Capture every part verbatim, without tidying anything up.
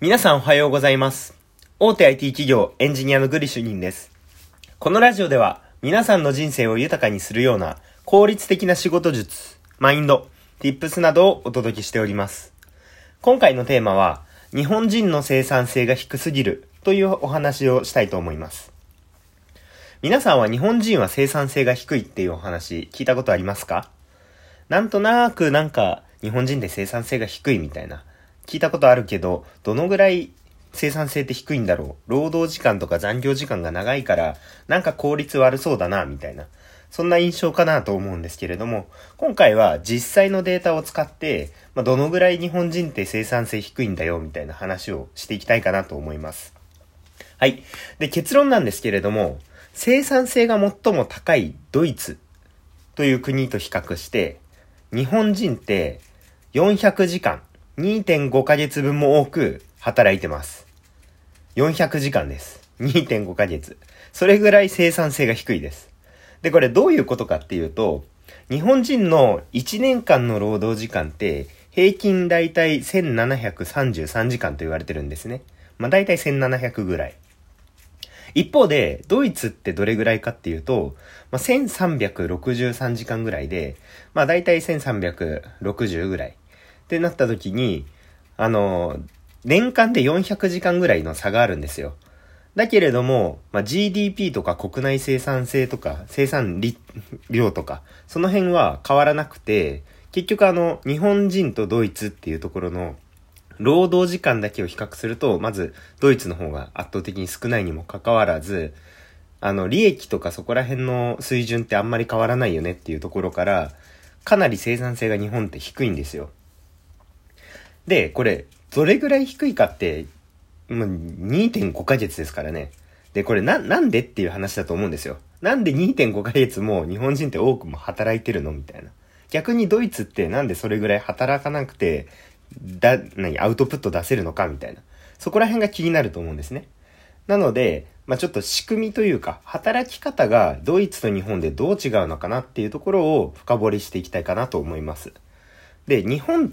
皆さんおはようございます。大手 アイティー 企業エンジニアのグリ主任です。このラジオでは皆さんの人生を豊かにするような効率的な仕事術、マインド、Tips などをお届けしております。今回のテーマは日本人の生産性が低すぎるというお話をしたいと思います。皆さんは日本人は生産性が低いっていうお話聞いたことありますか？なんとなくなんか日本人で生産性が低いみたいな聞いたことあるけど、どのぐらい生産性って低いんだろう、労働時間とか残業時間が長いからなんか効率悪そうだなみたいな、そんな印象かなと思うんですけれども、今回は実際のデータを使って、まあ、どのぐらい日本人って生産性低いんだよみたいな話をしていきたいかなと思います。はい。で、結論なんですけれども、生産性が最も高いドイツという国と比較して日本人ってよんひゃくじかん、にてんごかげつぶんも多く働いてます。よんひゃくじかんです。にてんごかげつ。それぐらい生産性が低いです。で、これどういうことかっていうと、日本人のいちねんかんの労働時間って平均だいたいせんななひゃくさんじゅうさんじかんと言われてるんですね。まあだいたいせんななひゃくぐらい。一方で、ドイツってどれぐらいかっていうと、まあ、せんさんびゃくろくじゅうさんじかんぐらいで、まあだいたいせんさんびゃくろくじゅうぐらい。ってなった時に、あの、年間でよんひゃくじかんぐらいの差があるんですよ。だけれども、まあ、ジーディーピー とか国内生産性とか生産量とか、その辺は変わらなくて、結局あの、日本人とドイツっていうところの労働時間だけを比較すると、まずドイツの方が圧倒的に少ないにもかかわらず、あの、利益とかそこら辺の水準ってあんまり変わらないよねっていうところから、かなり生産性が日本って低いんですよ。で、これ、どれぐらい低いかって、もう にてんごかげつですからね。で、これな、なんでっていう話だと思うんですよ。なんで にてんごかげつも日本人って多くも働いてるのみたいな。逆にドイツってなんでそれぐらい働かなくて、だ、何、アウトプット出せるのかみたいな。そこら辺が気になると思うんですね。なので、まあ、ちょっと仕組みというか、働き方がドイツと日本でどう違うのかなっていうところを深掘りしていきたいかなと思います。で、日本って、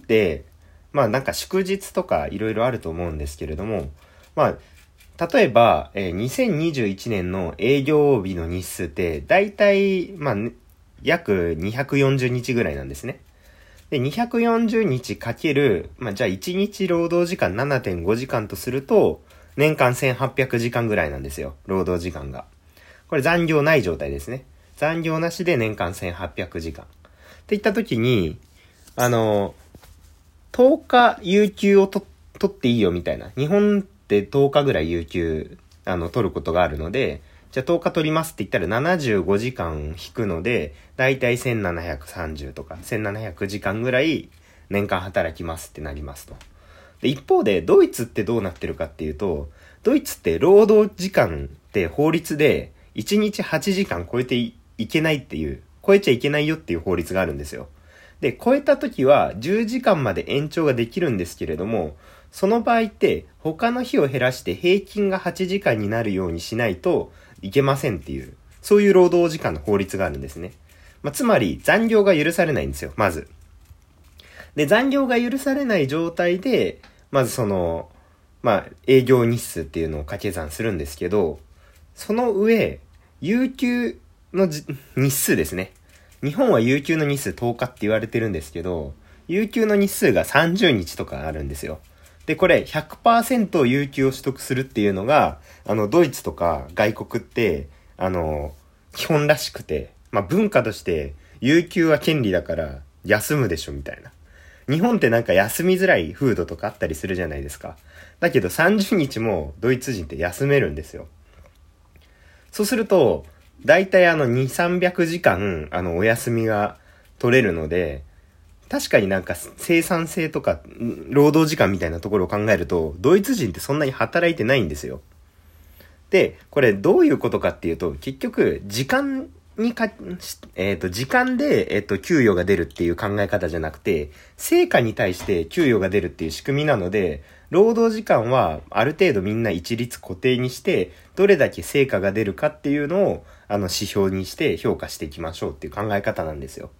まあなんか祝日とかいろいろあると思うんですけれども、まあ、例えば、えー、にせんにじゅういちねんの営業日の日数って、だいたい、まあ、約にひゃくよんじゅうにちぐらいなんですね。で、にひゃくよんじゅうにちかける、まあ、じゃあいちにち労働時間 ななてんごじかんとすると、年間せんはっぴゃくじかんぐらいなんですよ、労働時間が。これ残業ない状態ですね。残業なしで年間せんはっぴゃくじかん。っていった時に、あの、とおか有給をと取っていいよみたいな。日本ってとおかぐらい有給、あの、取ることがあるので、じゃあとおか取りますって言ったらななじゅうごじかん引くので、だいたいせんななひゃくさんじゅうとかせんななひゃくじかんぐらい年間働きますってなりますと。で、一方でドイツってどうなってるかっていうと、ドイツって労働時間って法律でいちにちはちじかん超えて い, いけないっていう、超えちゃいけないよっていう法律があるんですよ。で、超えた時はじゅうじかんまで延長ができるんですけれども、その場合って他の日を減らして平均がはちじかんになるようにしないといけませんっていう、そういう労働時間の法律があるんですね。まあ、つまり残業が許されないんですよ、まず。で、残業が許されない状態で、まずその、まあ、営業日数っていうのを掛け算するんですけど、その上、有給の日数ですね。日本は有給の日数とおかって言われてるんですけど、有給の日数がさんじゅうにちとかあるんですよ。で、これ ひゃくパーセント 有給を取得するっていうのが、あの、ドイツとか外国って、あの、基本らしくて、まあ文化として有給は権利だから休むでしょみたいな。日本ってなんか休みづらい風土とかあったりするじゃないですか。だけどさんじゅうにちもドイツ人って休めるんですよ。そうすると、だいたいあのにひゃくさんびゃくじかんあのお休みが取れるので、確かになんか生産性とか労働時間みたいなところを考えると、ドイツ人ってそんなに働いてないんですよ。で、これどういうことかっていうと、結局時間にか、えっと、時間で、えっと、給与が出るっていう考え方じゃなくて、成果に対して給与が出るっていう仕組みなので、労働時間はある程度みんな一律固定にして、どれだけ成果が出るかっていうのを、あの、指標にして評価していきましょうっていう考え方なんですよ。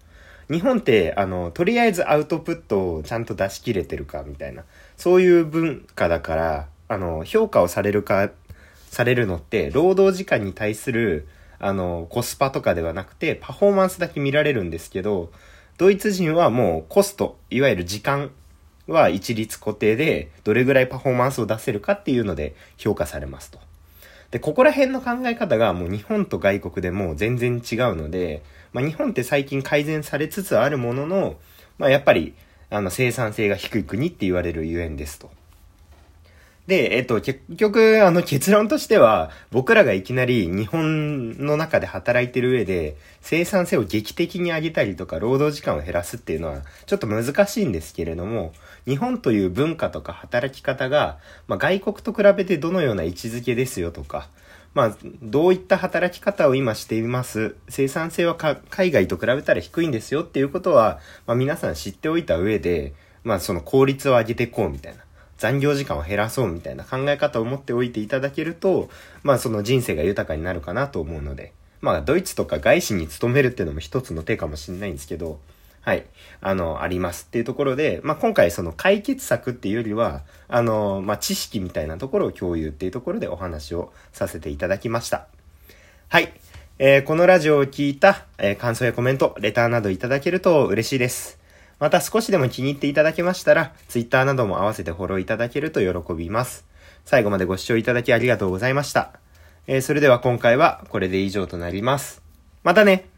日本って、あの、とりあえずアウトプットをちゃんと出し切れてるかみたいな、そういう文化だから、あの、評価をされるか、されるのって、労働時間に対する、あの、コスパとかではなくて、パフォーマンスだけ見られるんですけど、ドイツ人はもうコスト、いわゆる時間は一律固定で、どれぐらいパフォーマンスを出せるかっていうので評価されますと。で、ここら辺の考え方がもう日本と外国でも全然違うので、まあ日本って最近改善されつつあるものの、まあやっぱり、あの生産性が低い国って言われるゆえんですと。で、えっと、結局、あの結論としては、僕らがいきなり日本の中で働いてる上で、生産性を劇的に上げたりとか、労働時間を減らすっていうのは、ちょっと難しいんですけれども、日本という文化とか働き方が、まあ、外国と比べてどのような位置づけですよとか、まあ、どういった働き方を今しています。生産性は海外と比べたら低いんですよっていうことは、まあ、皆さん知っておいた上で、まあ、その効率を上げていこうみたいな。残業時間を減らそうみたいな考え方を持っておいていただけると、まあその人生が豊かになるかなと思うので、まあドイツとか外資に勤めるっていうのも一つの手かもしれないんですけど、はい、あの、ありますっていうところで、まあ今回その解決策っていうよりは、あの、まあ知識みたいなところを共有っていうところでお話をさせていただきました。はい、えー、このラジオを聞いた、えー、感想やコメント、レターなどいただけると嬉しいです。また少しでも気に入っていただけましたら、Twitter なども合わせてフォローいただけると喜びます。最後までご視聴いただきありがとうございました。えー、それでは今回はこれで以上となります。またね。